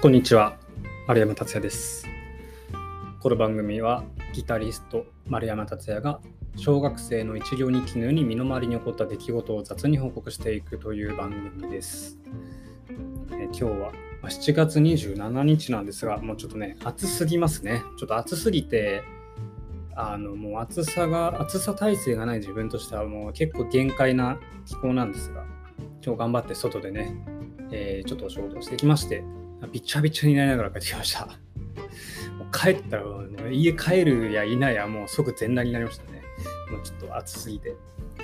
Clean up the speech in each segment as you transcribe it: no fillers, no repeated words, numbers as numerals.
こんにちは、丸山達也です。この番組はギタリスト丸山達也が小学生の一行日記のように身の回りに起こった出来事を雑に報告していくという番組です。今日は7月27日なんですが、もうちょっとね暑すぎますね。ちょっと暑すぎてもう暑さ耐性がない自分としてはもう結構限界な気候なんですが、今日頑張って外でね、ちょっとお仕事をしてきまして、びちゃびちゃになりながら帰ってきました。もう帰ったら家帰るや否やもう即全裸になりましたね。もうちょっと暑すぎて、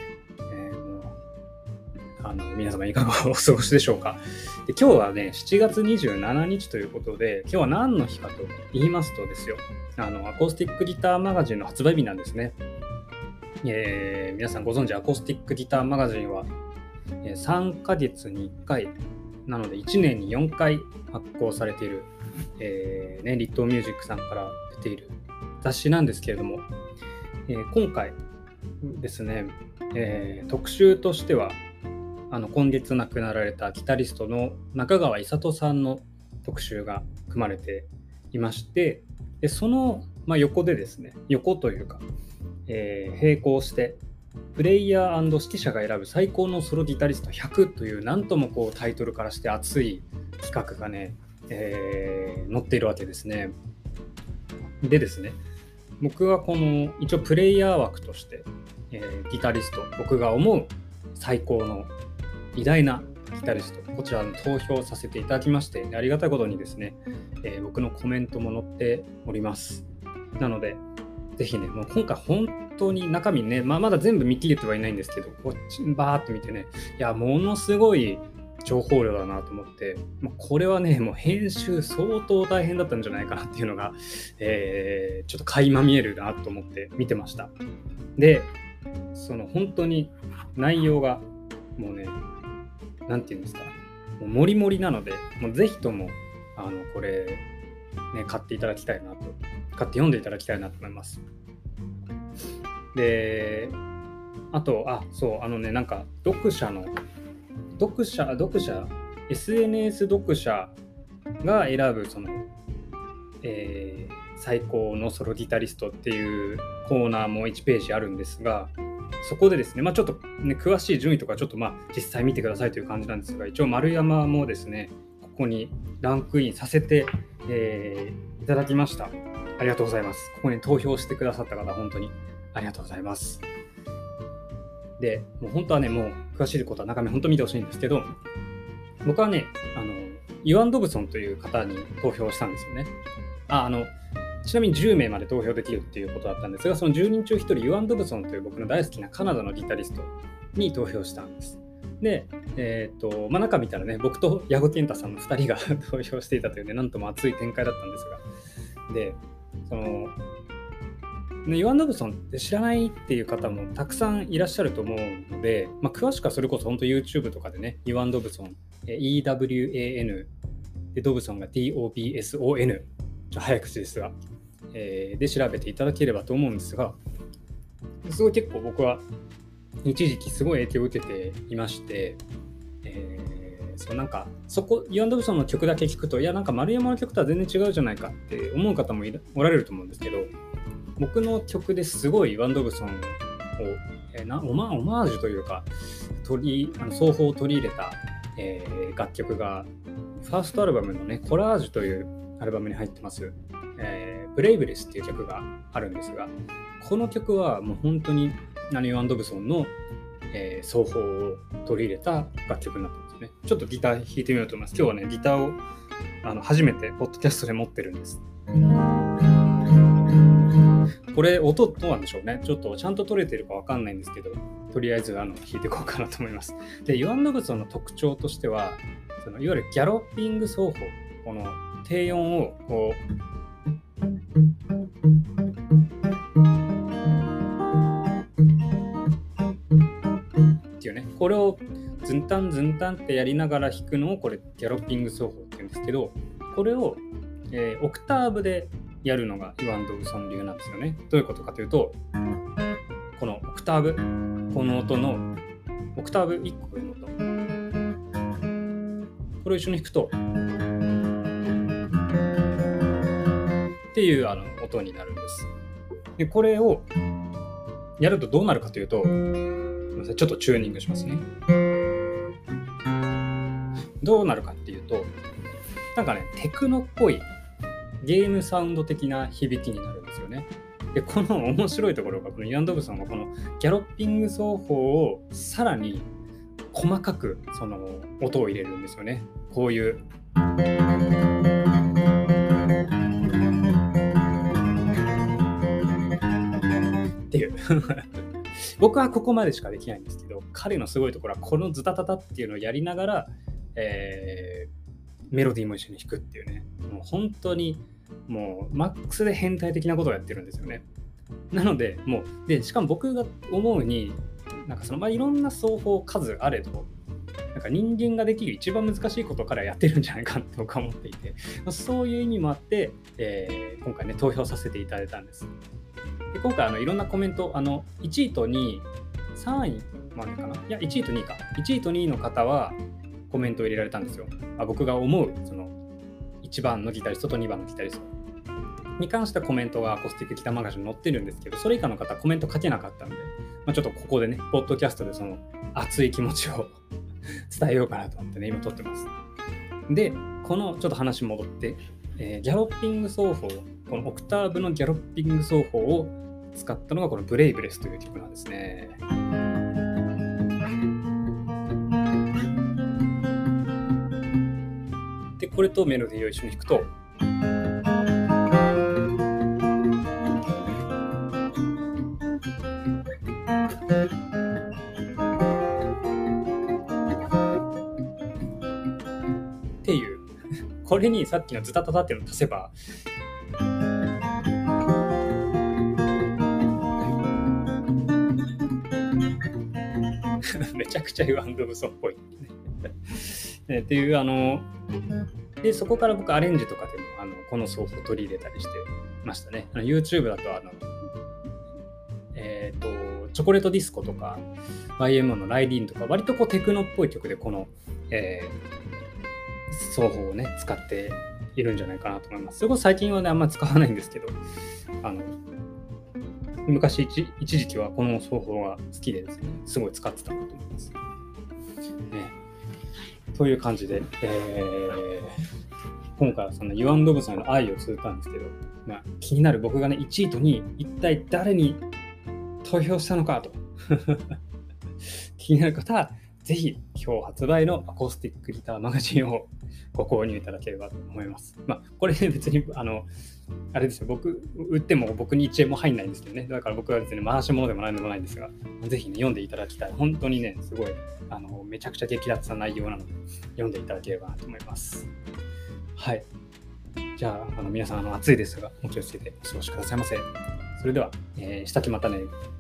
皆様いかがお過ごしでしょうか。で、今日はね7月27日ということで、今日は何の日かと言いますとですよ、アコースティックギターマガジンの発売日なんですね。皆さんご存知、アコースティックギターマガジンは3ヶ月に1回なので1年に4回発行されている、リットーミュージックさんから出ている雑誌なんですけれども、今回ですね、特集としては今月亡くなられたギタリストの中川勇人さんの特集が組まれていまして、でその、横でですね、横というか、並行してプレイヤー&指揮者が選ぶ最高のソロギタリスト100という、なんともこうタイトルからして熱い企画がね、載っているわけですね。でですね、僕はこの一応プレイヤー枠として、ギタリスト、僕が思う最高の偉大なギタリスト、こちらの投票させていただきまして、ありがたいことにですね、僕のコメントも載っております。なのでぜひね、もう今回本当に中身ね、まだ全部見切れてはいないんですけど、こっちバーって見てね、いやものすごい情報量だなと思って、これはねもう編集相当大変だったんじゃないかなっていうのが、ちょっと垣間見えるなと思って見てました。で、その本当に内容がもうね、なんていうんですか、もうモリモリなので、もうぜひともこれね買っていただきたいなと、買って読んでいただきたいなと思います。で、あとなんかSNS 読者が選ぶその、最高のソロギタリストっていうコーナーも1ページあるんですが、そこでですね、ちょっとね詳しい順位とかちょっと実際見てくださいという感じなんですが、一応丸山もですねここにランクインさせて、いただきました。ありがとうございます。ここに投票してくださった方、本当にありがとうございます。で、もう本当はね、もう詳しいことは中身本当見てほしいんですけど、僕はね、ユアン・ドブソンという方に投票したんですよね。ちなみに10名まで投票できるっていうことだったんですが、その10人中1人、ユアン・ドブソンという僕の大好きなカナダのギタリストに投票したんです。で、中見たらね、僕と矢後健太さんの2人が投票していたというね、なんとも熱い展開だったんですが、で、ユアン・ドブソンって知らないっていう方もたくさんいらっしゃると思うので、詳しくはそれこそ本当 YouTube とかでね、ユアン・ドブソン、EWAN でドブソンが DOBSON、早口ですが、で調べていただければと思うんですが、すごい結構僕は一時期すごい影響を受けていまして、ユアン・ドブソンの曲だけ聞くと、いやなんか丸山の曲とは全然違うじゃないかって思う方もおられると思うんですけど、僕の曲ですごいユアン・ドブソンを、オマージュというか奏法を取り入れた、楽曲がファーストアルバムのね、コラージュというアルバムに入ってます、ブレイブレスっていう曲があるんですが、この曲はもう本当にユアン・ドブソンの、奏法を取り入れた楽曲になってますね。ちょっとギター弾いてみようと思います。今日はねギターを初めてポッドキャストで持ってるんです。これ音どうなんでしょうね。ちょっとちゃんと取れてるかわかんないんですけど、とりあえず弾いていこうかなと思います。で、ユアン・ドブソンの特徴としては、いわゆるギャロッピング奏法、この低音をこうっていうね、これをズンタンズンタンってやりながら弾くのをこれギャロッピング奏法っていうんですけど、これを、オクターブでやるのがユアン・ドブソン流なんですよね。どういうことかというと、このオクターブ、この音のオクターブ1個上の音、これを一緒に弾くと、 っていう音になるんです。で、これをやるとどうなるかというと、ごめんなさい、ちょっとチューニングしますね。どうなるかっていうと、なんかね、テクノっぽいゲームサウンド的な響きになるんですよね。で、この面白いところが、このイアン・ドブソンはこのギャロッピング奏法をさらに細かくその音を入れるんですよね。こういうっていう僕はここまでしかできないんですけど、彼のすごいところはこのズタタタっていうのをやりながら、メロディーも一緒に弾くっていうね、もう本当にもうマックスで変態的なことをやってるんですよね。なのでもうでしかも僕が思うになんかそのいろんな奏法数あれど、なんか人間ができる一番難しいことからやってるんじゃないかって僕は思っていて、そういう意味もあって、今回ね投票させていただいたんです。で今回いろんなコメント1位と2位3位までかな、いや1位と2位か、1位と2位の方はコメントを入れられたんですよ。僕が思うその1番のギタリストと2番のギタリストに関してはコメントがアコースティックギターマガジンに載ってるんですけど、それ以下の方はコメント書けなかったので、ちょっとここでねポッドキャストでその熱い気持ちを伝えようかなと思ってね今撮ってます。でこのちょっと話戻って、ギャロッピング奏法、このオクターブのギャロッピング奏法を使ったのがこのブレイブレスという曲なんですね。でこれとメロディーを一緒に弾くとっていうこれにさっきのズタタタっていうのを足せばめちゃくちゃイアン・ドブソンっぽいっていうでそこから僕アレンジとかでもこの奏法を取り入れたりしてましたね。YouTube だとチョコレートディスコとか YMO のライディーンとか割とこうテクノっぽい曲でこの、奏法をね使っているんじゃないかなと思います。それこそ最近はねあんま使わないんですけど、昔一時期はこの奏法が好きでですね、すごい使ってたなと思います、ね、という感じで、今回はそのユアン・ドブソンへの愛を綴ったんですけど、気になる僕がね1位と2位一体誰に投票したのかと気になる方はぜひ今日発売のアコースティックギターマガジンをご購入いただければと思います。これね別にあれですよ、僕売っても僕に1円も入んないんですけどね、だから僕は別に回し物でも何でもないんですが、ぜひね読んでいただきたい。本当にねすごいめちゃくちゃ激烈な内容なので読んでいただければなと思います。はい、じゃあ皆さん暑いですがお気をつけてお過ごしくださいませ。それでは、したっけまたね。